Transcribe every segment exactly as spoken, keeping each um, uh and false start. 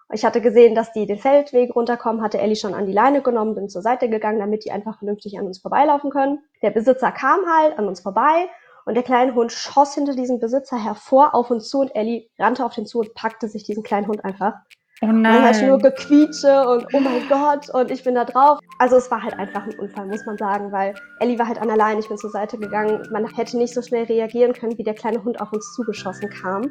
Ich hatte gesehen, dass die den Feldweg runterkommen, hatte Ellie schon an die Leine genommen, bin zur Seite gegangen, damit die einfach vernünftig an uns vorbeilaufen können. Der Besitzer kam halt an uns vorbei und der kleine Hund schoss hinter diesem Besitzer hervor auf uns zu und Ellie rannte auf den zu und packte sich diesen kleinen Hund einfach. Oh Und dann halt nur nein. Gequietsche und oh mein Gott und ich bin da drauf. Also es war halt einfach ein Unfall, muss man sagen, weil Ellie war halt an der Leine, ich bin zur Seite gegangen. Man hätte nicht so schnell reagieren können, wie der kleine Hund auf uns zugeschossen kam.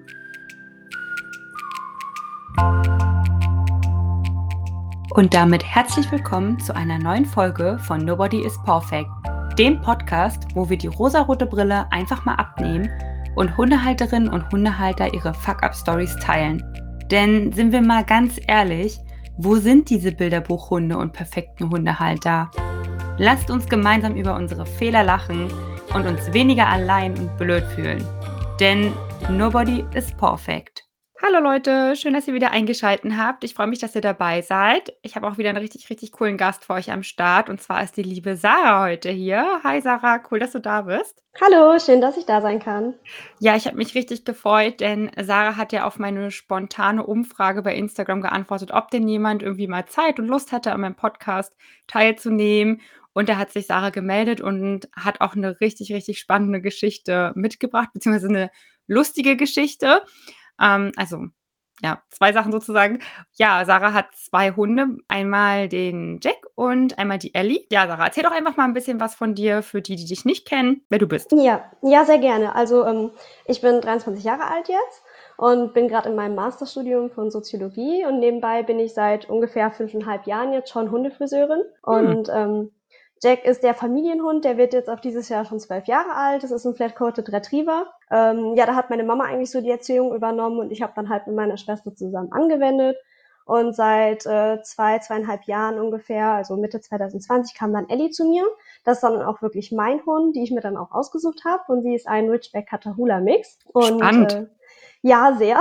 Und damit herzlich willkommen zu einer neuen Folge von Nobody is Perfect, dem Podcast, wo wir die rosarote Brille einfach mal abnehmen und Hundehalterinnen und Hundehalter ihre Fuck-Up-Stories teilen. Denn sind wir mal ganz ehrlich, wo sind diese Bilderbuchhunde und perfekten Hundehalter? Lasst uns gemeinsam über unsere Fehler lachen und uns weniger allein und blöd fühlen. Denn Nobody is Perfect. Hallo Leute, schön, dass ihr wieder eingeschaltet habt. Ich freue mich, dass ihr dabei seid. Ich habe auch wieder einen richtig, richtig coolen Gast für euch am Start. Und zwar ist die liebe Sarah heute hier. Hi Sarah, cool, dass du da bist. Hallo, schön, dass ich da sein kann. Ja, ich habe mich richtig gefreut, denn Sarah hat ja auf meine spontane Umfrage bei Instagram geantwortet, ob denn jemand irgendwie mal Zeit und Lust hatte, an meinem Podcast teilzunehmen. Und da hat sich Sarah gemeldet und hat auch eine richtig, richtig spannende Geschichte mitgebracht, beziehungsweise eine lustige Geschichte. Ähm, also, ja, zwei Sachen sozusagen. Ja, Sarah hat zwei Hunde, einmal den Jack und einmal die Ellie. Ja, Sarah, erzähl doch einfach mal ein bisschen was von dir für die, die dich nicht kennen, wer du bist. Ja, ja, sehr gerne. Also ähm, ich bin dreiundzwanzig Jahre alt jetzt und bin gerade in meinem Masterstudium von Soziologie und nebenbei bin ich seit ungefähr fünfeinhalb Jahren jetzt schon Hundefriseurin. Hm. Und ähm, Jack ist der Familienhund, der wird jetzt auf dieses Jahr schon zwölf Jahre alt. Das ist ein Flat-Coated Retriever. Ähm, ja, da hat meine Mama eigentlich so die Erziehung übernommen und ich habe dann halt mit meiner Schwester zusammen angewendet. Und seit äh, zwei, zweieinhalb Jahren ungefähr, also Mitte zwanzig zwanzig, kam dann Ellie zu mir. Das ist dann auch wirklich mein Hund, die ich mir dann auch ausgesucht habe. Und sie ist ein Ridgeback-Catahoula-Mix. Und Spannend. äh, ja, sehr.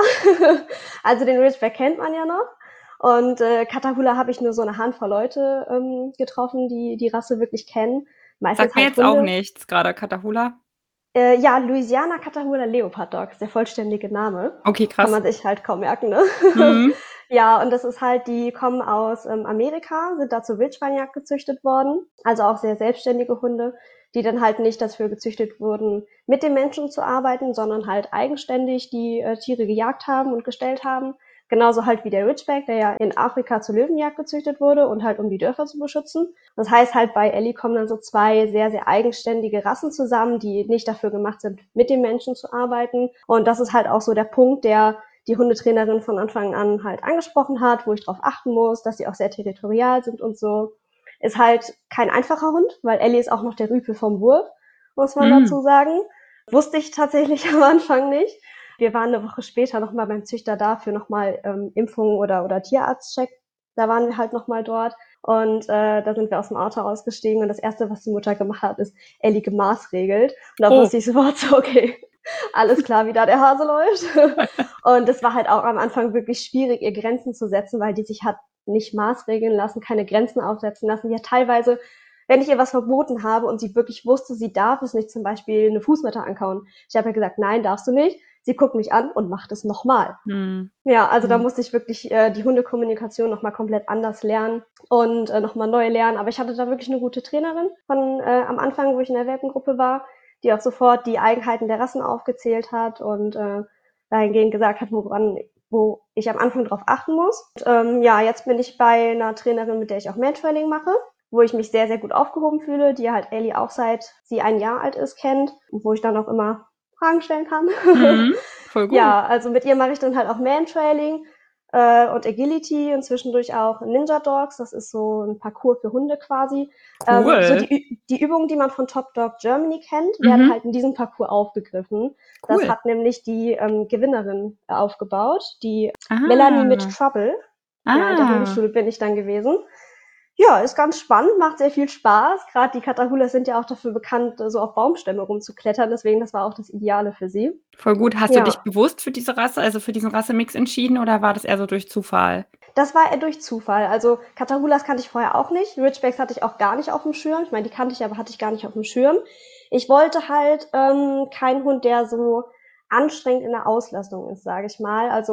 Also den Ridgeback kennt man ja noch. Und äh, Catahoula habe ich nur so eine Handvoll Leute ähm, getroffen, die die Rasse wirklich kennen. Meistens Sagt mir halt jetzt auch Hunde. nichts, gerade Catahoula. Äh, ja, Louisiana Catahoula Leopard Dog ist der vollständige Name. Okay, Kann krass. man sich halt kaum merken, ne? Mhm. Ja, und das ist halt, die kommen aus ähm, Amerika, sind da zur Wildschweinjagd gezüchtet worden. Also auch sehr selbstständige Hunde, die dann halt nicht dafür gezüchtet wurden, mit den Menschen zu arbeiten, sondern halt eigenständig die äh, Tiere gejagt haben und gestellt haben. Genauso halt wie der Ridgeback, der ja in Afrika zur Löwenjagd gezüchtet wurde und halt um die Dörfer zu beschützen. Das heißt halt, bei Ellie kommen dann so zwei sehr, sehr eigenständige Rassen zusammen, die nicht dafür gemacht sind, mit den Menschen zu arbeiten. Und das ist halt auch so der Punkt, der die Hundetrainerin von Anfang an halt angesprochen hat, wo ich drauf achten muss, dass sie auch sehr territorial sind und so. Ist halt kein einfacher Hund, weil Ellie ist auch noch der Rüpel vom Wurf, muss man Mhm. dazu sagen. Wusste ich tatsächlich am Anfang nicht. Wir waren eine Woche später nochmal beim Züchter da für nochmal ähm, Impfungen oder, oder Tierarztcheck. Da waren wir halt nochmal dort. Und äh, da sind wir aus dem Auto ausgestiegen und das Erste, was die Mutter gemacht hat, ist Ellie gemaßregelt. Und da Oh. wusste ich sofort so, okay, alles klar, wie da der Hase läuft. Und es war halt auch am Anfang wirklich schwierig, ihr Grenzen zu setzen, weil die sich hat nicht maßregeln lassen, keine Grenzen aufsetzen lassen. Die hat teilweise, wenn ich ihr was verboten habe und sie wirklich wusste, sie darf es nicht, zum Beispiel eine Fußmatte ankauen. Ich habe ja gesagt, nein, darfst du nicht. Sie guckt mich an und macht es nochmal. Mhm. Ja, also da Mhm. musste ich wirklich äh, die Hundekommunikation nochmal komplett anders lernen und äh, nochmal neu lernen. Aber ich hatte da wirklich eine gute Trainerin von äh, am Anfang, wo ich in der Welpengruppe war, die auch sofort die Eigenheiten der Rassen aufgezählt hat und äh, dahingehend gesagt hat, woran wo ich am Anfang drauf achten muss. Und, ähm, ja, jetzt bin ich bei einer Trainerin, mit der ich auch Mantrailing mache, wo ich mich sehr, sehr gut aufgehoben fühle, die halt Ellie auch seit sie ein Jahr alt ist kennt und wo ich dann auch immer Fragen stellen kann. Mhm. Voll gut. Ja, also mit ihr mache ich dann halt auch Mantrailing äh, und Agility und zwischendurch auch Ninja Dogs. Das ist so ein Parcours für Hunde quasi. Ähm, so Cool. die, die Übungen, die man von Top Dog Germany kennt, werden Mhm. halt in diesem Parcours aufgegriffen. Das Cool. hat nämlich die ähm, Gewinnerin aufgebaut, die Melanie mit Ah. Trouble. Ja, in der Ah. Hundeschule bin ich dann gewesen. Ja, ist ganz spannend, macht sehr viel Spaß. Gerade die Catahulas sind ja auch dafür bekannt, so auf Baumstämme rumzuklettern. Deswegen, das war auch das Ideale für sie. Voll gut. Hast du dich Ja, bewusst für diese Rasse, also für diesen Rassemix entschieden oder war das eher so durch Zufall? das war eher durch Zufall. Also Catahulas kannte ich vorher auch nicht. Ridgebacks hatte ich auch gar nicht auf dem Schirm. Ich meine, die kannte ich, aber hatte ich gar nicht auf dem Schirm. Ich wollte halt ähm, keinen Hund, der so anstrengend in der Auslastung ist, sage ich mal. Also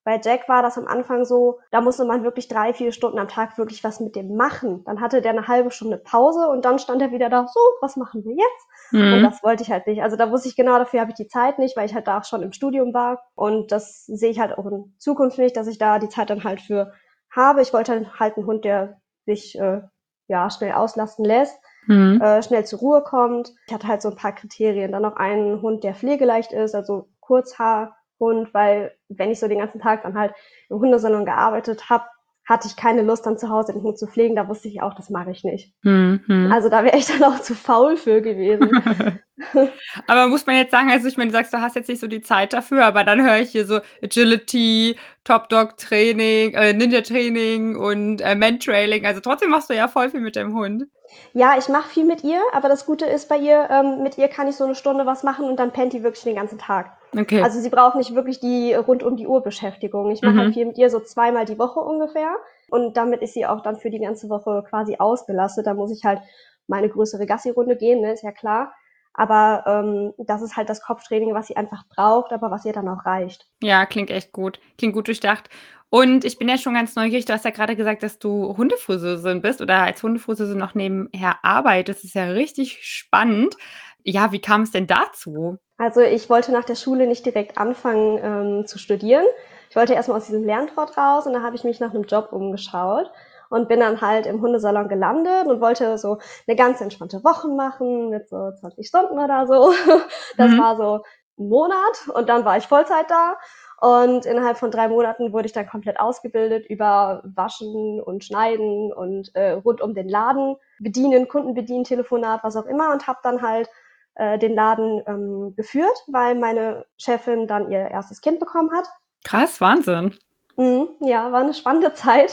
Bei Jack war das am Anfang so, da musste man wirklich drei, vier Stunden am Tag wirklich was mit dem machen. Dann hatte der eine halbe Stunde Pause und dann stand er wieder da, so, was machen wir jetzt? Mhm. Und das wollte ich halt nicht. Also da wusste ich genau, dafür habe ich die Zeit nicht, weil ich halt da auch schon im Studium war. Und das sehe ich halt auch in Zukunft nicht, dass ich da die Zeit dann halt für habe. Ich wollte halt einen Hund, der sich äh, ja schnell auslasten lässt, mhm. äh, schnell zur Ruhe kommt. Ich hatte halt so ein paar Kriterien. Dann noch einen Hund, der pflegeleicht ist, also Kurzhaarhund, weil wenn ich so den ganzen Tag dann halt im Hundesalon gearbeitet habe, hatte ich keine Lust, dann zu Hause den Hund zu pflegen. Da wusste ich auch, das mache ich nicht. Mhm. Also da wäre ich dann auch zu faul für gewesen. Aber muss man jetzt sagen, also ich meine, du sagst, du hast jetzt nicht so die Zeit dafür, aber dann höre ich hier so Agility, Top Dog Training, äh, Ninja Training und äh, Man-Trailing. Also trotzdem machst du ja voll viel mit dem Hund. Ja, ich mache viel mit ihr, aber das Gute ist bei ihr, ähm, mit ihr kann ich so eine Stunde was machen und dann pennt die wirklich den ganzen Tag. Okay. Also sie braucht nicht wirklich die rund um die Uhr Beschäftigung. Ich mache mhm. halt viel mit ihr, so zweimal die Woche ungefähr. Und damit ist sie auch dann für die ganze Woche quasi ausgelastet. Da muss ich halt mal eine größere Gassi-Runde gehen, ne, ist ja klar. Aber ähm, das ist halt das Kopftraining, was sie einfach braucht, aber was ihr dann auch reicht. Ja, klingt echt gut. Klingt gut durchdacht. Und ich bin ja schon ganz neugierig. Du hast ja gerade gesagt, dass du Hundefriseurin bist oder als Hundefriseurin noch nebenher arbeitest. Das ist ja richtig spannend. Ja, wie kam es denn dazu? Also ich wollte nach der Schule nicht direkt anfangen ähm, zu studieren. Ich wollte erstmal aus diesem Lerntrott raus und dann habe ich mich nach einem Job umgeschaut und bin dann halt im Hundesalon gelandet und wollte so eine ganz entspannte Woche machen mit so zwanzig Stunden oder so. Das mhm. war so ein Monat und dann war ich Vollzeit da und innerhalb von drei Monaten wurde ich dann komplett ausgebildet über Waschen und Schneiden und äh, rund um den Laden bedienen, Kunden bedienen, Telefonat, was auch immer und habe dann halt äh, den Laden ähm, geführt, weil meine Chefin dann ihr erstes Kind bekommen hat. Krass, Wahnsinn. Mhm, ja, war eine spannende Zeit.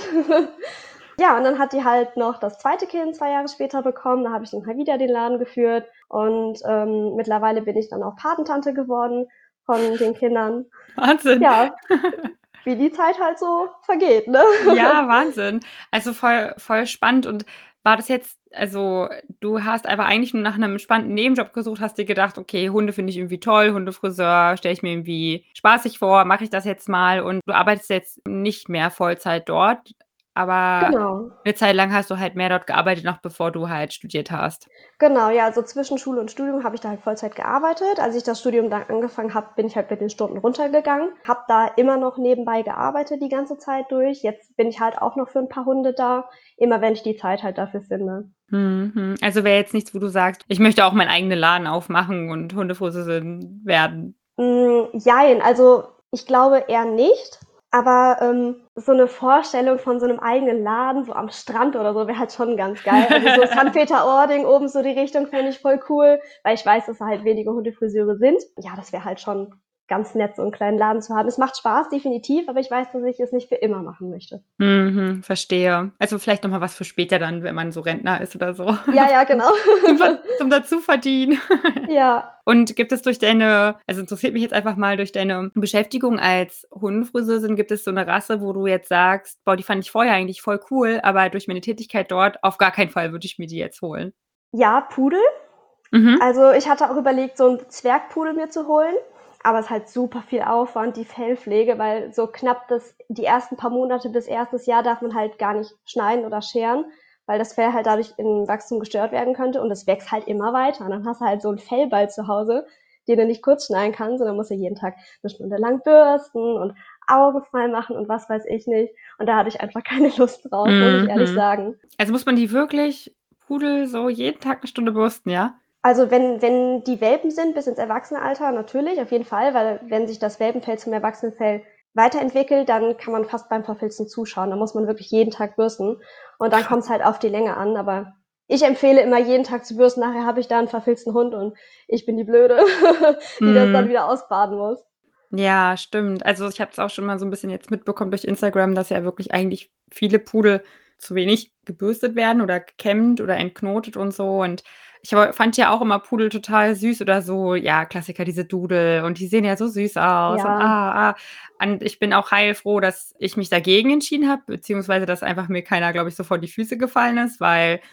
Ja, und dann hat die halt noch das zweite Kind zwei Jahre später bekommen. Da habe ich dann halt wieder den Laden geführt. Und ähm, mittlerweile bin ich dann auch Patentante geworden von den Kindern. Wahnsinn. Ja, wie die Zeit halt so vergeht, ne? Ja, Wahnsinn. Also voll, voll spannend. Und war das jetzt, also du hast aber eigentlich nur nach einem spannenden Nebenjob gesucht, hast dir gedacht, okay, Hunde finde ich irgendwie toll, Hundefriseur stelle ich mir irgendwie spaßig vor, mache ich das jetzt mal und du arbeitest jetzt nicht mehr Vollzeit dort, aber Genau. eine Zeit lang hast du halt mehr dort gearbeitet, noch bevor du halt studiert hast. Genau, ja, also zwischen Schule und Studium habe ich da halt Vollzeit gearbeitet. Als ich das Studium dann angefangen habe, bin ich halt mit den Stunden runtergegangen. Habe da immer noch nebenbei gearbeitet die ganze Zeit durch. Jetzt bin ich halt auch noch für ein paar Hunde da, immer wenn ich die Zeit halt dafür finde. Mhm. Also wäre jetzt nichts, wo du sagst, ich möchte auch meinen eigenen Laden aufmachen und Hundefriseurin werden. Mm, jein, also ich glaube eher nicht. Aber ähm, so eine Vorstellung von so einem eigenen Laden, so am Strand oder so, wäre halt schon ganz geil. Also so Sankt Peter-Ording, oben so die Richtung, fände ich voll cool, weil ich weiß, dass da halt wenige Hundefriseure sind. Ja, das wäre halt schon ganz nett, so einen kleinen Laden zu haben. Es macht Spaß, definitiv, aber ich weiß, dass ich es nicht für immer machen möchte. Mhm, verstehe. Also vielleicht nochmal was für später dann, wenn man so Rentner ist oder so. Ja, ja, genau. zum, zum Dazuverdienen. Ja. Und gibt es durch deine, also interessiert mich jetzt einfach mal, durch deine Beschäftigung als Hundefriseurin, gibt es so eine Rasse, wo du jetzt sagst, boah, die fand ich vorher eigentlich voll cool, aber durch meine Tätigkeit dort auf gar keinen Fall würde ich mir die jetzt holen? Ja, Pudel. Mhm. Also ich hatte auch überlegt, so einen Zwergpudel mir zu holen. Aber es ist halt super viel Aufwand, die Fellpflege, weil so knapp das, die ersten paar Monate bis erstes Jahr darf man halt gar nicht schneiden oder scheren, weil das Fell halt dadurch im Wachstum gestört werden könnte und es wächst halt immer weiter. Und dann hast du halt so einen Fellball zu Hause, den du nicht kurz schneiden kannst, sondern musst du jeden Tag eine Stunde lang bürsten und Augen frei machen und was weiß ich nicht. Und da hatte ich einfach keine Lust drauf, mhm. muss ich ehrlich sagen. Also muss man die wirklich, Pudel, so jeden Tag eine Stunde bürsten, ja? Also wenn, wenn die Welpen sind, bis ins Erwachsenenalter, natürlich, auf jeden Fall, weil wenn sich das Welpenfell zum Erwachsenenfell weiterentwickelt, dann kann man fast beim Verfilzen zuschauen. Da muss man wirklich jeden Tag bürsten. Und dann kommt es halt auf die Länge an. Aber ich empfehle immer, jeden Tag zu bürsten. Nachher habe ich da einen verfilzten Hund und ich bin die Blöde, die mm. das dann wieder ausbaden muss. Ja, stimmt. Also ich habe es auch schon mal so ein bisschen jetzt mitbekommen durch Instagram, dass ja wirklich eigentlich viele Pudel zu wenig gebürstet werden oder gekämmt oder entknotet und so. Und ich fand ja auch immer Pudel total süß oder so, ja, Klassiker, diese Dudel. Und die sehen ja so süß aus. Ja. Und, ah, ah. Und ich bin auch heilfroh, dass ich mich dagegen entschieden habe, beziehungsweise dass einfach mir keiner, glaube ich, so vor die Füße gefallen ist, weil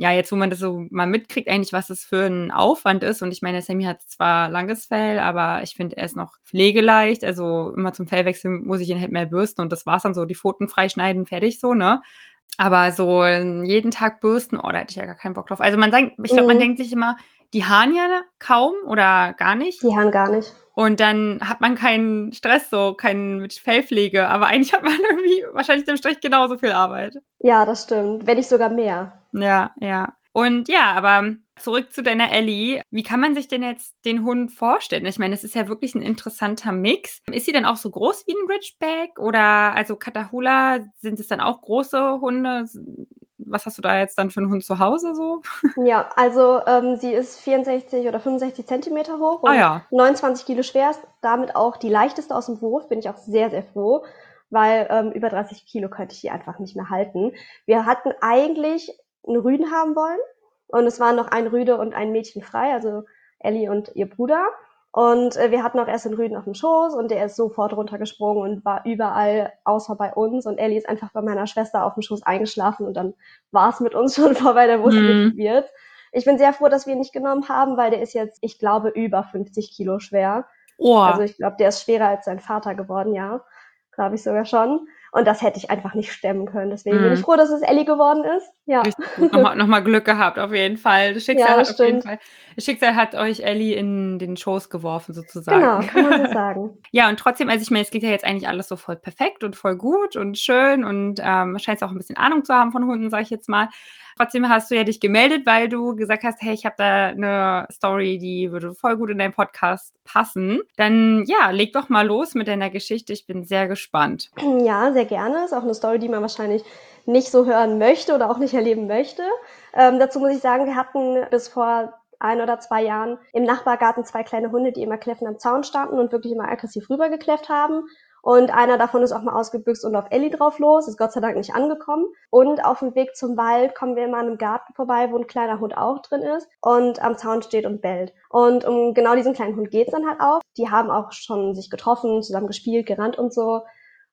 ja, jetzt, wo man das so mal mitkriegt, eigentlich, was das für ein Aufwand ist. Und ich meine, Sammy hat zwar langes Fell, aber ich finde, er ist noch pflegeleicht. Also immer zum Fellwechsel muss ich ihn halt mehr bürsten und das war's dann so. Die Pfoten freischneiden, fertig so, ne? Aber so ähm, jeden Tag bürsten, oh, da hätte ich ja gar keinen Bock drauf. Also man sagt, ich glaube, man Mhm. denkt sich immer, die haaren ja kaum oder gar nicht. Die Haaren gar nicht. Und dann hat man keinen Stress, so keinen mit Fellpflege. Aber eigentlich hat man irgendwie wahrscheinlich dem Strich genauso viel Arbeit. Ja, das stimmt. Wenn nicht sogar mehr. Ja, ja. Und ja, aber zurück zu deiner Ellie. Wie kann man sich denn jetzt den Hund vorstellen? Ich meine, es ist ja wirklich ein interessanter Mix. Ist sie denn auch so groß wie ein Ridgeback? Oder also Catahoula, sind es dann auch große Hunde? Was hast du da jetzt dann für einen Hund zu Hause so? Ja, also ähm, sie ist vierundsechzig oder fünfundsechzig Zentimeter hoch Ah und ja. neunundzwanzig Kilo schwer, ist damit auch die leichteste aus dem Wurf. Bin ich auch sehr, sehr froh, weil ähm, über dreißig Kilo könnte ich die einfach nicht mehr halten. Wir hatten eigentlich einen Rüden haben wollen und es waren noch ein Rüde und ein Mädchen frei, also Ellie und ihr Bruder. Und äh, wir hatten auch erst den Rüden auf dem Schoß und der ist sofort runtergesprungen und war überall außer bei uns. Und Ellie ist einfach bei meiner Schwester auf dem Schoß eingeschlafen und dann war es mit uns schon vorbei, der wusste, wie Hm. das wird. Ich bin sehr froh, dass wir ihn nicht genommen haben, weil der ist jetzt, ich glaube, über fünfzig Kilo schwer. Oh. Also ich glaube, der ist schwerer als sein Vater geworden, ja. Glaube ich sogar schon. Und das hätte ich einfach nicht stemmen können. Deswegen bin ich Hm. froh, dass es Ellie geworden ist. Ja. Richtig gut. Nochmal, nochmal Glück gehabt, auf jeden Fall. Das Schicksal Ja, hat das auf jeden stimmt. Fall, das Schicksal hat euch Ellie in den Schoß geworfen, sozusagen. Genau, kann man so sagen. Ja, und trotzdem, also ich meine, es geht ja jetzt eigentlich alles so voll perfekt und voll gut und schön und ähm, scheinst auch ein bisschen Ahnung zu haben von Hunden, sag ich jetzt mal. Trotzdem hast du ja dich gemeldet, weil du gesagt hast, hey, ich habe da eine Story, die würde voll gut in deinen Podcast passen. Dann ja, leg doch mal los mit deiner Geschichte. Ich bin sehr gespannt. Ja, sehr gerne. Ist auch eine Story, die man wahrscheinlich nicht so hören möchte oder auch nicht erleben möchte. Ähm, dazu muss ich sagen, wir hatten bis vor ein oder zwei Jahren im Nachbargarten zwei kleine Hunde, die immer kläffend am Zaun standen und wirklich immer aggressiv rübergekläfft haben. Und einer davon ist auch mal ausgebüxt und auf Ellie drauf los, ist Gott sei Dank nicht angekommen. Und auf dem Weg zum Wald kommen wir immer an einem Garten vorbei, wo ein kleiner Hund auch drin ist und am Zaun steht und bellt. Und um genau diesen kleinen Hund geht's dann halt auch. Die haben auch schon sich getroffen, zusammen gespielt, gerannt und so.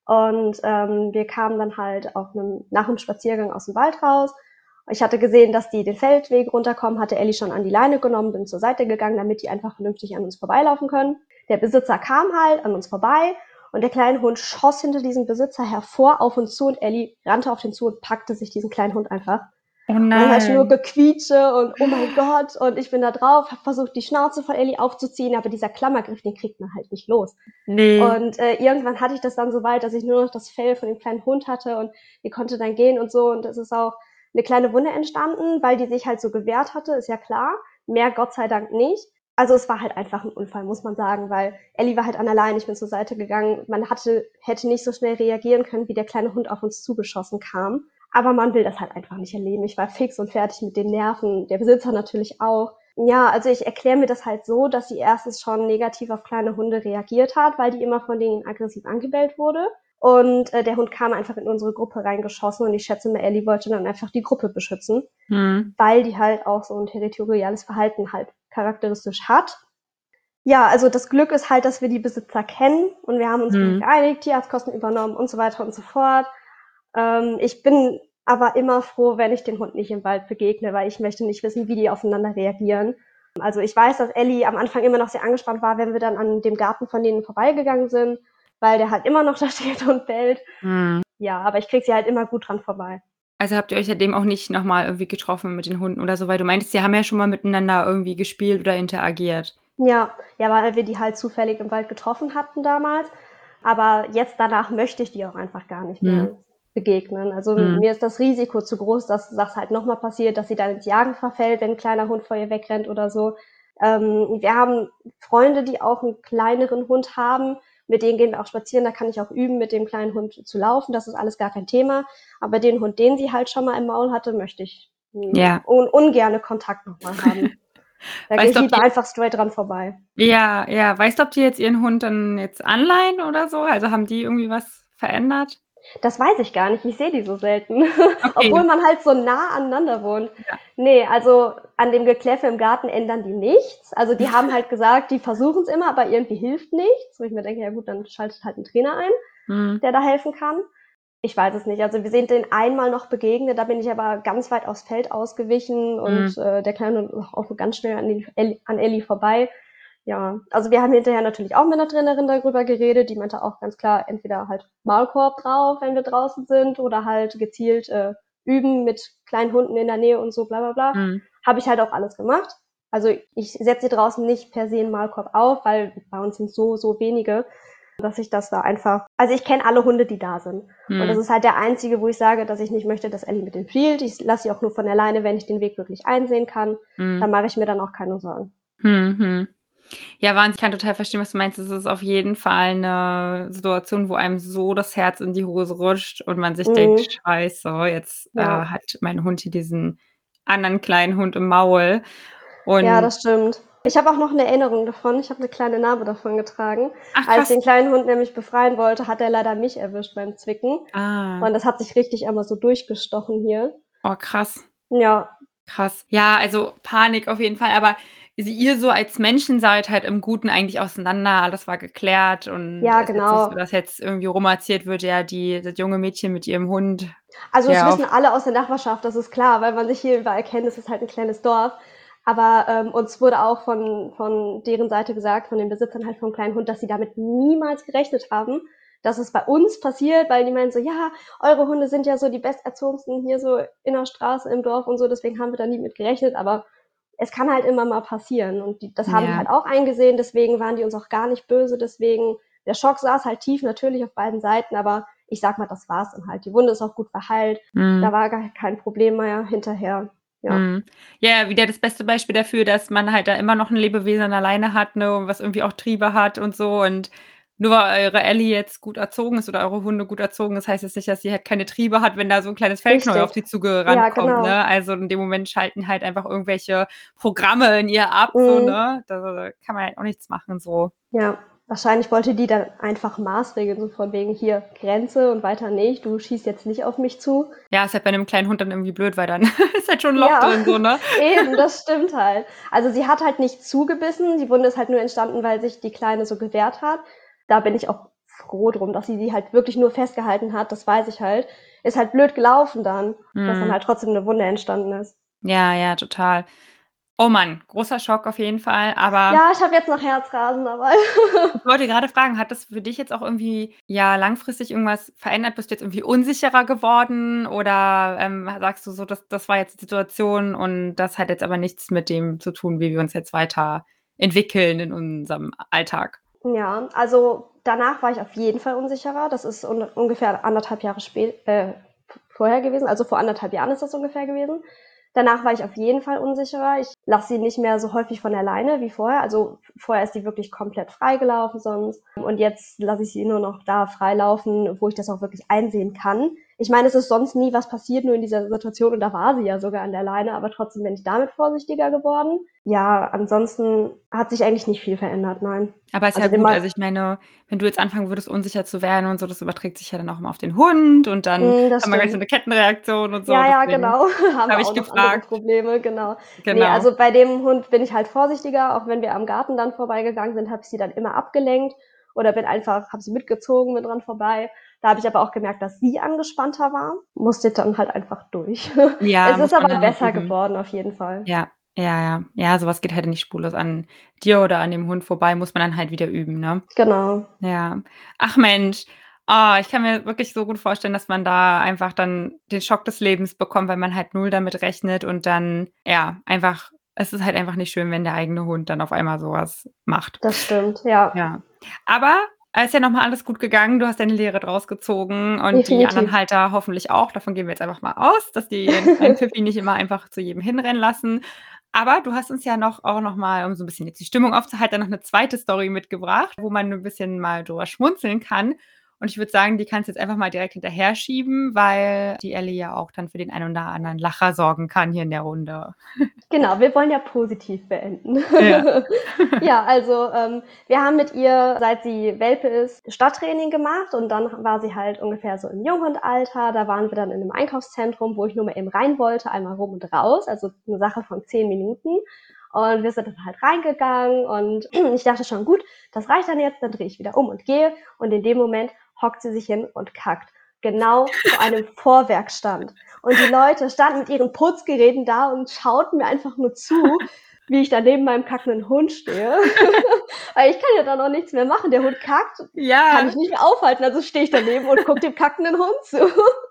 Und ähm, wir kamen dann halt auf einem, nach einem Spaziergang aus dem Wald raus. Ich hatte gesehen, dass die den Feldweg runterkommen, hatte Ellie schon an die Leine genommen, bin zur Seite gegangen, damit die einfach vernünftig an uns vorbeilaufen können. Der Besitzer kam halt an uns vorbei und der kleine Hund schoss hinter diesem Besitzer hervor auf uns zu und Ellie rannte auf den zu und packte sich diesen kleinen Hund einfach. Oh Und dann hörte ich nur nein. Gequietsche und oh mein Gott. Und ich bin da drauf, habe versucht, die Schnauze von Ellie aufzuziehen, aber dieser Klammergriff, den kriegt man halt nicht los. Nee. Und äh, irgendwann hatte ich das dann so weit, dass ich nur noch das Fell von dem kleinen Hund hatte und die konnte dann gehen und so. Und es ist auch eine kleine Wunde entstanden, weil die sich halt so gewehrt hatte, ist ja klar. Mehr Gott sei Dank nicht. Also es war halt einfach ein Unfall, muss man sagen, weil Ellie war halt an der Leine, ich bin zur Seite gegangen. Man hatte, hätte nicht so schnell reagieren können, wie der kleine Hund auf uns zugeschossen kam. Aber man will das halt einfach nicht erleben. Ich war fix und fertig mit den Nerven, der Besitzer natürlich auch. Ja, also ich erkläre mir das halt so, dass sie erstens schon negativ auf kleine Hunde reagiert hat, weil die immer von denen aggressiv angebellt wurde. Und äh, der Hund kam einfach in unsere Gruppe reingeschossen und ich schätze mal, Ellie wollte dann einfach die Gruppe beschützen, Hm. weil die halt auch so ein territoriales Verhalten halt charakteristisch hat. Ja, also das Glück ist halt, dass wir die Besitzer kennen und wir haben uns Hm. geeinigt, Tierarztkosten übernommen und so weiter und so fort. Ähm, ich bin aber immer froh, wenn ich den Hund nicht im Wald begegne, weil ich möchte nicht wissen, wie die aufeinander reagieren. Also ich weiß, dass Ellie am Anfang immer noch sehr angespannt war, wenn wir dann an dem Garten von denen vorbeigegangen sind, weil der halt immer noch da steht und bellt. Hm. Ja, aber ich krieg sie halt immer gut dran vorbei. Also habt ihr euch seitdem auch nicht nochmal irgendwie getroffen mit den Hunden oder so, weil du meintest, sie haben ja schon mal miteinander irgendwie gespielt oder interagiert. Ja, ja, weil wir die halt zufällig im Wald getroffen hatten damals. Aber jetzt danach möchte ich die auch einfach gar nicht mehr Hm. begegnen. Also Hm. mir ist das Risiko zu groß, dass das halt nochmal passiert, dass sie dann ins Jagen verfällt, wenn ein kleiner Hund vor ihr wegrennt oder so. Ähm, wir haben Freunde, die auch einen kleineren Hund haben. Mit denen gehen wir auch spazieren. Da kann ich auch üben, mit dem kleinen Hund zu laufen. Das ist alles gar kein Thema. Aber den Hund, den sie halt schon mal im Maul hatte, möchte ich Ja. un ungerne Kontakt nochmal haben. Da gehe Weißt ich du, ob lieber die, einfach straight dran vorbei. ja, ja, weißt du, ob die jetzt ihren Hund dann jetzt anleihen oder so? Also haben die irgendwie was verändert? Das weiß ich gar nicht. Ich sehe die so selten. Okay. Obwohl man halt so nah aneinander wohnt. Ja. Nee, also an dem Gekläffe im Garten ändern die nichts. Also die haben halt gesagt, die versuchen es immer, aber irgendwie hilft nichts. Wo ich mir denke, ja gut, dann schaltet halt ein Trainer ein, Hm. der da helfen kann. Ich weiß es nicht. Also wir sind den einmal noch begegnet, da bin ich aber ganz weit aufs Feld ausgewichen und Mhm. äh, der Kleine ist auch nur ganz schnell an, den Elli, an Ellie vorbei. Ja, also wir haben hinterher natürlich auch mit einer Trainerin darüber geredet, die meinte auch ganz klar, entweder halt Maulkorb drauf, wenn wir draußen sind, oder halt gezielt äh, üben mit kleinen Hunden in der Nähe und so, bla bla bla. Mhm. Habe ich halt auch alles gemacht. Also ich setze draußen nicht per se einen Maulkorb auf, weil bei uns sind so, so wenige, dass ich das da einfach, also ich kenne alle Hunde, die da sind. Und das Mhm. ist halt der einzige, wo ich sage, dass ich nicht möchte, dass Ellie mit dem spielt. Ich lasse sie auch nur von alleine, wenn ich den Weg wirklich einsehen kann. Da Mhm. mache ich mir dann auch keine Sorgen. Mhm. Ja, Wahnsinn, ich kann total verstehen, was du meinst. Es ist auf jeden Fall eine Situation, wo einem so das Herz in die Hose rutscht und man sich denkt: Mhm. „Scheiße, jetzt, äh, Ja. hat mein Hund hier diesen anderen kleinen Hund im Maul." Ja, Und das stimmt. Ich habe auch noch eine Erinnerung davon. Ich habe eine kleine Narbe davon getragen. ach Als ich krass. den kleinen Hund nämlich befreien wollte, hat er leider mich erwischt beim Zwicken. Ah, Und das hat sich richtig einmal so durchgestochen hier. oh krass. Ja, Krass. Ja, also Panik auf jeden Fall, aber sie ihr so als Menschen seid halt im Guten eigentlich auseinander, alles war geklärt und ja, es ist jetzt nicht so, genau. dass jetzt irgendwie rumerzählt wird, ja, die das junge Mädchen mit ihrem Hund, Also es der auf wissen alle aus der Nachbarschaft, das ist klar, weil man sich hier überall kennt. Es ist halt ein kleines Dorf. Aber ähm, uns wurde auch von, von deren Seite gesagt, von den Besitzern halt vom kleinen Hund, dass sie damit niemals gerechnet haben, dass es bei uns passiert, weil die meinen so, ja, eure Hunde sind ja so die besterzogensten hier so in der Straße, im Dorf und so, deswegen haben wir da nie mit gerechnet. Aber es kann halt immer mal passieren und die, das haben die ja. halt auch eingesehen, deswegen waren die uns auch gar nicht böse, deswegen, der Schock saß halt tief natürlich auf beiden Seiten, aber ich sag mal, das war's dann halt. Die Wunde ist auch gut verheilt, da Mhm. war gar kein Problem mehr hinterher, ja. Mhm. Ja, wieder das beste Beispiel dafür, dass man halt da immer noch 'n Lebewesen alleine hat, ne, und was irgendwie auch Triebe hat und so. Und nur weil eure Ellie jetzt gut erzogen ist oder eure Hunde gut erzogen ist, heißt das nicht, dass sie halt keine Triebe hat, wenn da so 'n kleines Fellknäuel auf Richtig. sie zugerannt Ja, kommt, genau. ne? Also, in dem Moment schalten halt einfach irgendwelche Programme in ihr ab, so, Mhm. ne? Da kann man halt auch nichts machen so. Ja, wahrscheinlich wollte die dann einfach maßregeln, so von wegen: „Hier, Grenze und weiter nicht. Du schießt jetzt nicht auf mich zu.“ Ja, ist halt bei 'nem kleinen Hund dann irgendwie blöd, weil dann ist halt schon 'n Loch Ja, drin so, ne? eben, das stimmt halt. Also, sie hat halt nicht zugebissen. Die Wunde ist halt nur entstanden, weil sich die Kleine so gewehrt hat. Da bin ich auch froh drum, dass sie sie halt wirklich nur festgehalten hat, das weiß ich halt. Ist halt blöd gelaufen dann, dass dann Mhm. halt trotzdem 'ne Wunde entstanden ist. Ja, ja, total. Oh Mann, großer Schock auf jeden Fall, aber Ja, ich habe jetzt noch Herzrasen dabei. ich wollte gerade fragen, hat das für dich jetzt auch irgendwie, ja, langfristig irgendwas verändert? Bist du jetzt irgendwie unsicherer geworden oder, ähm, sagst du so, das das war jetzt die Situation und das hat jetzt aber nichts mit dem zu tun, wie wir uns jetzt weiterentwickeln in unserem Alltag? Ja, also danach war ich auf jeden Fall unsicherer. Das ist un ungefähr anderthalb Jahre spä äh, vorher gewesen. Also vor anderthalb Jahren ist das ungefähr gewesen. Danach war ich auf jeden Fall unsicherer. Ich lasse sie nicht mehr so häufig von der Leine wie vorher. Also vorher ist sie wirklich komplett freigelaufen sonst. Und jetzt lasse ich sie nur noch da freilaufen, wo ich das auch wirklich einsehen kann. Ich meine, es ist sonst nie was passiert, nur in dieser Situation. Und da war sie ja sogar an der Leine. Aber trotzdem bin ich damit vorsichtiger geworden. Ja, ansonsten hat sich eigentlich nicht viel verändert, nein. Aber ist ja Also den gut. mal, Also, ich meine, wenn du jetzt anfangen würdest, unsicher zu werden und so, das überträgt sich ja dann auch immer auf den Hund und dann mm, das hat man gleich so stimmt. 'ne Kettenreaktion und so, Ja, ja, deswegen genau. Haben habe wir ich auch noch andere gefragt. Probleme, genau. Ne, Genau. also bei dem Hund bin ich halt vorsichtiger. Auch wenn wir am Garten dann vorbeigegangen sind, habe ich sie dann immer abgelenkt oder bin einfach, habe sie mitgezogen, bin dran vorbei. Da habe ich aber auch gemerkt, dass sie angespannter war. Musste dann halt einfach durch. Ja, Es muss ist man aber dann halt besser üben. geworden auf jeden Fall. Ja, ja, ja. Ja, so was geht halt nicht spurlos an dir oder an dem Hund vorbei, muss man dann halt wieder üben, ne? Genau. Ja. Ach Mensch, ah, ich kann mir wirklich so gut vorstellen, dass man da einfach dann den Schock des Lebens bekommt, weil man halt null damit rechnet und dann, ja, einfach es ist halt einfach nicht schön, wenn der eigene Hund dann auf einmal so was macht. Das stimmt, ja. Ja. Aber es ist ja noch mal alles gut gegangen. Du hast deine Lehre draus gezogen und die anderen Definitiv. Halter hoffentlich auch. Davon gehen wir jetzt einfach mal aus, dass die ihren kleinen Pfiffi nicht immer einfach zu jedem hinrennen lassen. Aber du hast uns ja noch auch noch mal, um so 'n bisschen jetzt die Stimmung aufzuheitern, noch 'ne zweite Story mitgebracht, wo man 'n bisschen mal drüber schmunzeln kann. Und ich würde sagen, die kannst du jetzt einfach mal direkt hinterher schieben, weil die Ellie ja auch dann für den einen oder anderen Lacher sorgen kann hier in der Runde. Genau, wir wollen ja positiv beenden. Ja. Ja, also ähm, wir haben mit ihr, seit sie Welpe ist, Stadttraining gemacht und dann war sie halt ungefähr so im Junghundalter. Da waren wir dann in einem Einkaufszentrum, wo ich nur mal eben rein wollte, einmal rum und raus, also eine Sache von zehn Minuten. Und wir sind dann halt reingegangen und ich dachte schon, gut, das reicht dann jetzt, dann drehe ich wieder um und gehe. Und in dem Moment hockt sie sich hin und kackt. genau vor einem Vorwerk stand. Und die Leute standen mit ihren Putzgeräten da und schauten mir einfach nur zu, wie ich da neben meinem kackenden Hund stehe. Weil ich kann ja da noch nichts mehr machen. Der Hund kackt, Ja. kann ich nicht mehr aufhalten, also stehe ich daneben und gucke dem kackenden Hund zu.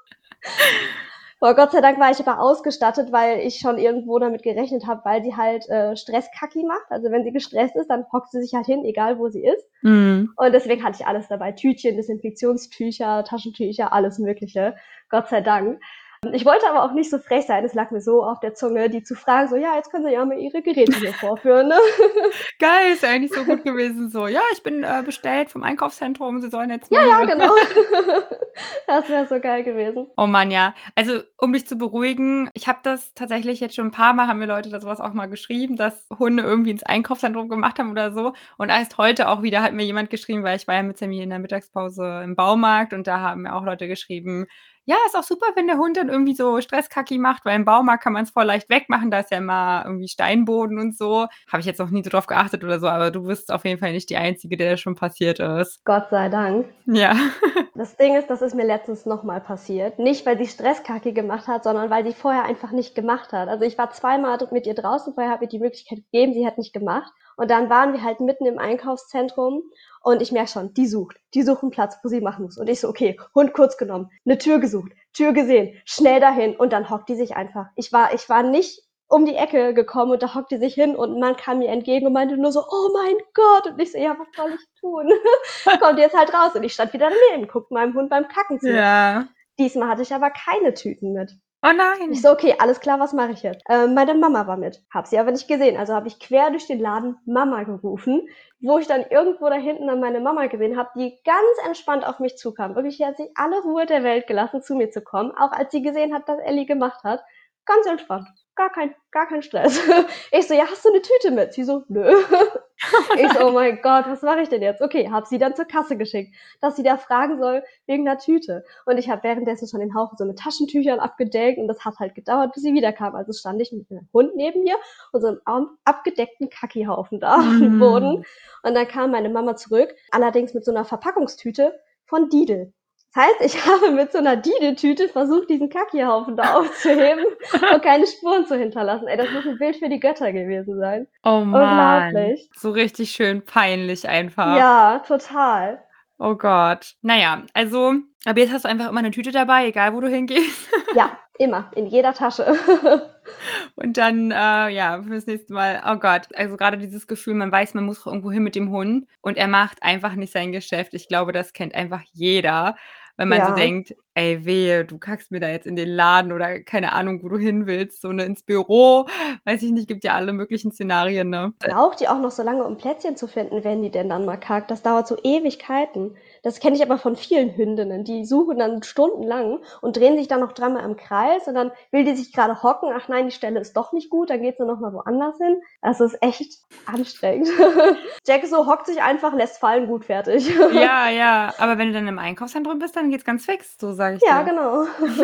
Boah, Gott sei Dank war ich aber ausgestattet, weil ich schon irgendwo damit gerechnet habe, weil sie halt äh, Stresskacki macht. Also wenn sie gestresst ist, dann hockt sie sich halt hin, egal wo sie ist. Mhm. Und deswegen hatte ich alles dabei. Tütchen, Desinfektionstücher, Taschentücher, alles Mögliche. Gott sei Dank. Ich wollte aber auch nicht so frech sein, es lag mir so auf der Zunge, die zu fragen, so, ja, jetzt können Sie ja mal Ihre Geräte hier vorführen, ne? Geil, ist ja eigentlich so gut gewesen, so, ja, ich bin äh, bestellt vom Einkaufszentrum, Sie sollen jetzt Ja, mal ja, hier. genau. Das wäre so geil gewesen. Oh Mann, ja. Also, um dich zu beruhigen, ich habe das tatsächlich jetzt schon ein paar Mal, haben mir Leute da sowas auch mal geschrieben, dass Hunde irgendwie ins Einkaufszentrum gemacht haben oder so. Und erst heute auch wieder hat mir jemand geschrieben, weil ich war ja mit Sammy in der Mittagspause im Baumarkt und da haben mir auch Leute geschrieben, ja, ist auch super, wenn der Hund dann irgendwie so Stresskacki macht, weil im Baumarkt kann man es voll leicht wegmachen, da ist ja immer irgendwie Steinboden und so. Habe ich jetzt noch nie so drauf geachtet oder so, aber du bist auf jeden Fall nicht die Einzige, der das schon passiert ist. Gott sei Dank. Ja. Das Ding ist, das ist mir letztens nochmal passiert. Nicht, weil sie Stresskacki gemacht hat, sondern weil sie vorher einfach nicht gemacht hat. Also ich war zweimal mit ihr draußen, vorher habe ich die Möglichkeit gegeben, sie hat nicht gemacht. Und dann waren wir halt mitten im Einkaufszentrum und ich merke schon, die sucht, die sucht einen Platz, wo sie machen muss. Und ich so, okay, Hund kurz genommen, eine Tür gesucht, Tür gesehen, schnell dahin und dann hockt die sich einfach. Ich war, ich war nicht um die Ecke gekommen und da hockt die sich hin und ein Mann kam mir entgegen und meinte nur so, oh mein Gott. Und ich so, ja, was soll ich tun? Kommt jetzt halt raus. Und ich stand wieder daneben, guckt meinem Hund beim Kacken zu. Ja. Diesmal hatte ich aber keine Tüten mit. Oh nein. Ich so, okay, alles klar, was mache ich jetzt? Ähm, meine Mama war mit. Hab sie aber nicht gesehen. Also habe ich quer durch den Laden Mama gerufen, wo ich dann irgendwo da hinten an meine Mama gesehen habe, die ganz entspannt auf mich zukam. Wirklich, die hat sich alle Ruhe der Welt gelassen, zu mir zu kommen. Auch als sie gesehen hat, was Ellie gemacht hat. Ganz entspannt. Gar kein, gar kein Stress. Ich so, ja, hast du eine Tüte mit? Sie so, nö. Ich so, oh mein Gott, was mache ich denn jetzt? Okay, hab sie dann zur Kasse geschickt, dass sie da fragen soll wegen einer Tüte. Und ich habe währenddessen schon den Haufen so mit Taschentüchern abgedeckt und das hat halt gedauert, bis sie wiederkam. Also stand ich mit einem Hund neben mir und so einem abgedeckten Kackihaufen da auf dem Boden. Und dann kam meine Mama zurück, allerdings mit so einer Verpackungstüte von Didel. Das heißt, ich habe mit so einer Didel-Tüte versucht, diesen Kackihaufen da aufzuheben und keine Spuren zu hinterlassen. Ey, das muss ein Bild für die Götter gewesen sein. Oh Mann. Unglaublich. So richtig schön peinlich einfach. Ja, total. Oh Gott. Naja, also, aber jetzt hast du einfach immer eine Tüte dabei, egal wo du hingehst. Ja, immer, in jeder Tasche. Und dann, äh, ja, fürs nächste Mal, oh Gott, also gerade dieses Gefühl, man weiß, man muss irgendwo hin mit dem Hund und er macht einfach nicht sein Geschäft. Ich glaube, das kennt einfach jeder, wenn man so Ja. denkt, ey, wehe, du kackst mir da jetzt in den Laden oder keine Ahnung, wo du hin willst, so ne, ins Büro, weiß ich nicht, gibt ja alle möglichen Szenarien, ne? Braucht die auch noch so lange, um Plätzchen zu finden, wenn die denn dann mal kackt? Das dauert so Ewigkeiten. Das kenne ich aber von vielen Hündinnen. Die suchen dann stundenlang und drehen sich dann noch dreimal im Kreis und dann will die sich gerade hocken. Ach nein, die Stelle ist doch nicht gut, dann geht sie noch mal woanders hin. Das ist echt anstrengend. Jack so hockt sich einfach, lässt fallen, gut, fertig. Ja, ja, aber wenn du dann im Einkaufszentrum bist, dann geht's ganz fix, so sage ich Ja, dir. genau.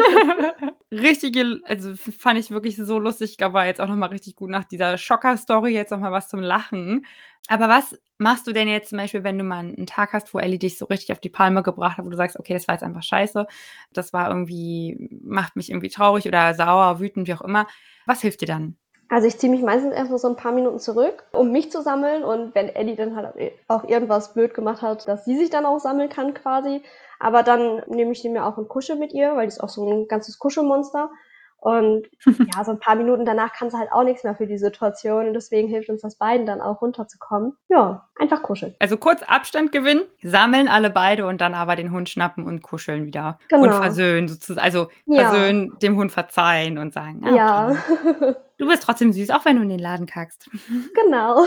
Richtige, also f- fand ich wirklich so lustig. Ich glaube, war jetzt auch nochmal richtig gut nach dieser Schocker-Story jetzt nochmal was zum Lachen. Aber was machst du denn jetzt zum Beispiel, wenn du mal einen Tag hast, wo Ellie dich so richtig auf die Palme gebracht hat, wo du sagst, okay, das war jetzt einfach scheiße, das war irgendwie, macht mich irgendwie traurig oder sauer, wütend, wie auch immer. Was hilft dir dann? Also ich ziehe mich meistens erst mal so ein paar Minuten zurück, um mich zu sammeln und wenn Ellie dann halt auch irgendwas blöd gemacht hat, dass sie sich dann auch sammeln kann quasi. Aber dann nehme ich die mir auch und kuschel mit ihr, weil die ist auch so ein ganzes Kuschelmonster. Und ja, so ein paar Minuten danach kann sie halt auch nichts mehr für die Situation und deswegen hilft uns das beiden dann auch runterzukommen. Ja, einfach kuscheln. Also kurz Abstand gewinnen, sammeln alle beide und dann aber den Hund schnappen und kuscheln wieder. Genau. Und versöhnen sozusagen. Also Ja. versöhnen, dem Hund verzeihen und sagen, ah, okay. Ja, Du bist trotzdem süß, auch wenn du in den Laden kackst. genau.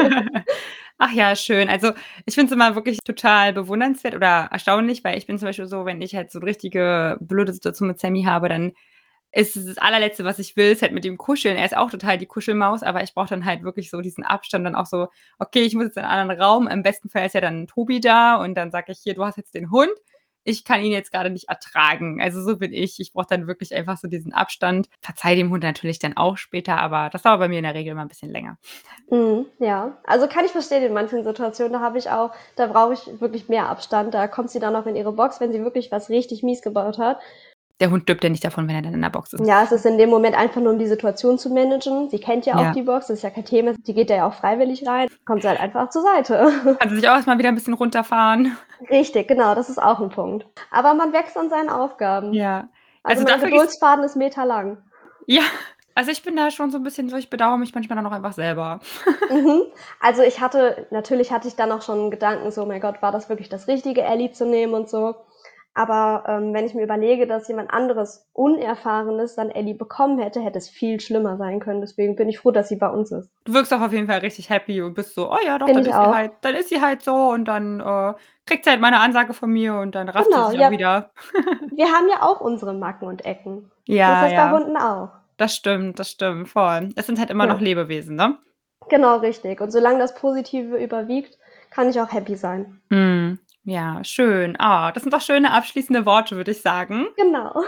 Ach ja, schön. Also ich finde es immer wirklich total bewundernswert oder erstaunlich, weil ich bin zum Beispiel so, wenn ich halt so eine richtige blöde Situation mit Sammy habe, dann ist es das allerletzte, was ich will, ist halt mit ihm kuscheln. Er ist auch total die Kuschelmaus, aber ich brauche dann halt wirklich so diesen Abstand, dann auch so, okay, ich muss jetzt in einen anderen Raum. Im besten Fall ist ja dann Tobi da und dann sage ich hier, du hast jetzt den Hund, ich kann ihn jetzt gerade nicht ertragen. Also so bin ich. Ich brauche dann wirklich einfach so diesen Abstand. Verzeih dem Hund natürlich dann auch später, aber das dauert bei mir in der Regel immer ein bisschen länger. Mhm, ja, also kann ich verstehen in manchen Situationen, da habe ich auch da brauche ich wirklich mehr Abstand. Da kommt sie dann auch in ihre Box, wenn sie wirklich was richtig mies gebaut hat. Der Hund stirbt ja nicht davon, wenn er dann in der Box ist. Ja, es ist in dem Moment einfach nur, um die Situation zu managen. Sie kennt ja auch Ja. die Box, das ist ja kein Thema. Die geht da ja auch freiwillig rein, kommt sie halt einfach zur Seite. Kann sie sich auch erst mal wieder ein bisschen runterfahren. Richtig, genau, das ist auch 'n Punkt. Aber man wächst an seinen Aufgaben. Ja. Also, Also mein dafür gehst Geduldsfaden ist meterlang. Ja, also ich bin da schon so 'n bisschen so, ich bedauere mich manchmal dann auch einfach selber. Mhm. Also, ich hatte natürlich hatte ich dann auch schon Gedanken so: „Mein Gott, war das wirklich das Richtige, Ellie zu nehmen und so?“ Aber, ähm, wenn ich mir überlege, dass jemand anderes Unerfahrenes dann Ellie bekommen hätte, hätte es viel schlimmer sein können. Deswegen bin ich froh, dass sie bei uns ist. Du wirkst auch auf jeden Fall richtig happy und bist so: „Oh ja, doch, Finde dann ich ist sie auch. halt dann ist sie halt so und dann, äh, kriegt sie halt mal 'ne Ansage von mir und dann rafft sie Genau, sich auch ja. wieder.“ Wir haben ja auch unsere Macken und Ecken. Das Ja, ist bei ja. Hunden auch. Das stimmt, das stimmt, voll. Es sind halt immer noch Ja. Lebewesen, ne? Genau, richtig. Und solange das Positive überwiegt, kann ich auch happy sein. Mhm. Ja, schön. Ah, das sind doch schöne abschließende Worte, würde ich sagen. Genau.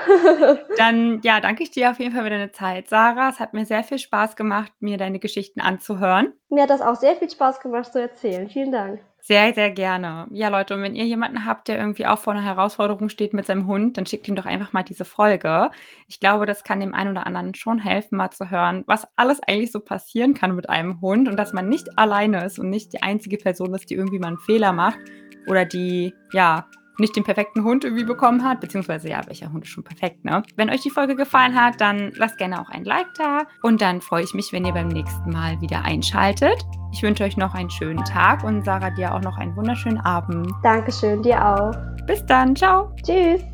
Dann, ja, danke ich dir auf jeden Fall für deine Zeit, Sarah. Es hat mir sehr viel Spaß gemacht, mir deine Geschichten anzuhören. Mir hat das auch sehr viel Spaß gemacht zu erzählen. Vielen Dank. Sehr, sehr gerne. Ja, Leute, und wenn ihr jemanden habt, der irgendwie auch vor 'ner Herausforderung steht mit seinem Hund, dann schickt ihm doch einfach mal diese Folge. Ich glaube, das kann dem einen oder anderen schon helfen, mal zu hören, was alles eigentlich so passieren kann mit einem Hund und dass man nicht alleine ist und nicht die einzige Person ist, die irgendwie mal 'n Fehler macht oder die, ja, nicht den perfekten Hund irgendwie bekommen hat, beziehungsweise ja, welcher Hund ist schon perfekt, ne? Wenn euch die Folge gefallen hat, dann lasst gerne auch ein Like da und dann freue ich mich, wenn ihr beim nächsten Mal wieder einschaltet. Ich wünsche euch noch einen schönen Tag und Sarah, dir auch noch einen wunderschönen Abend. Dankeschön, dir auch. Bis dann. Tschau. Tschüss.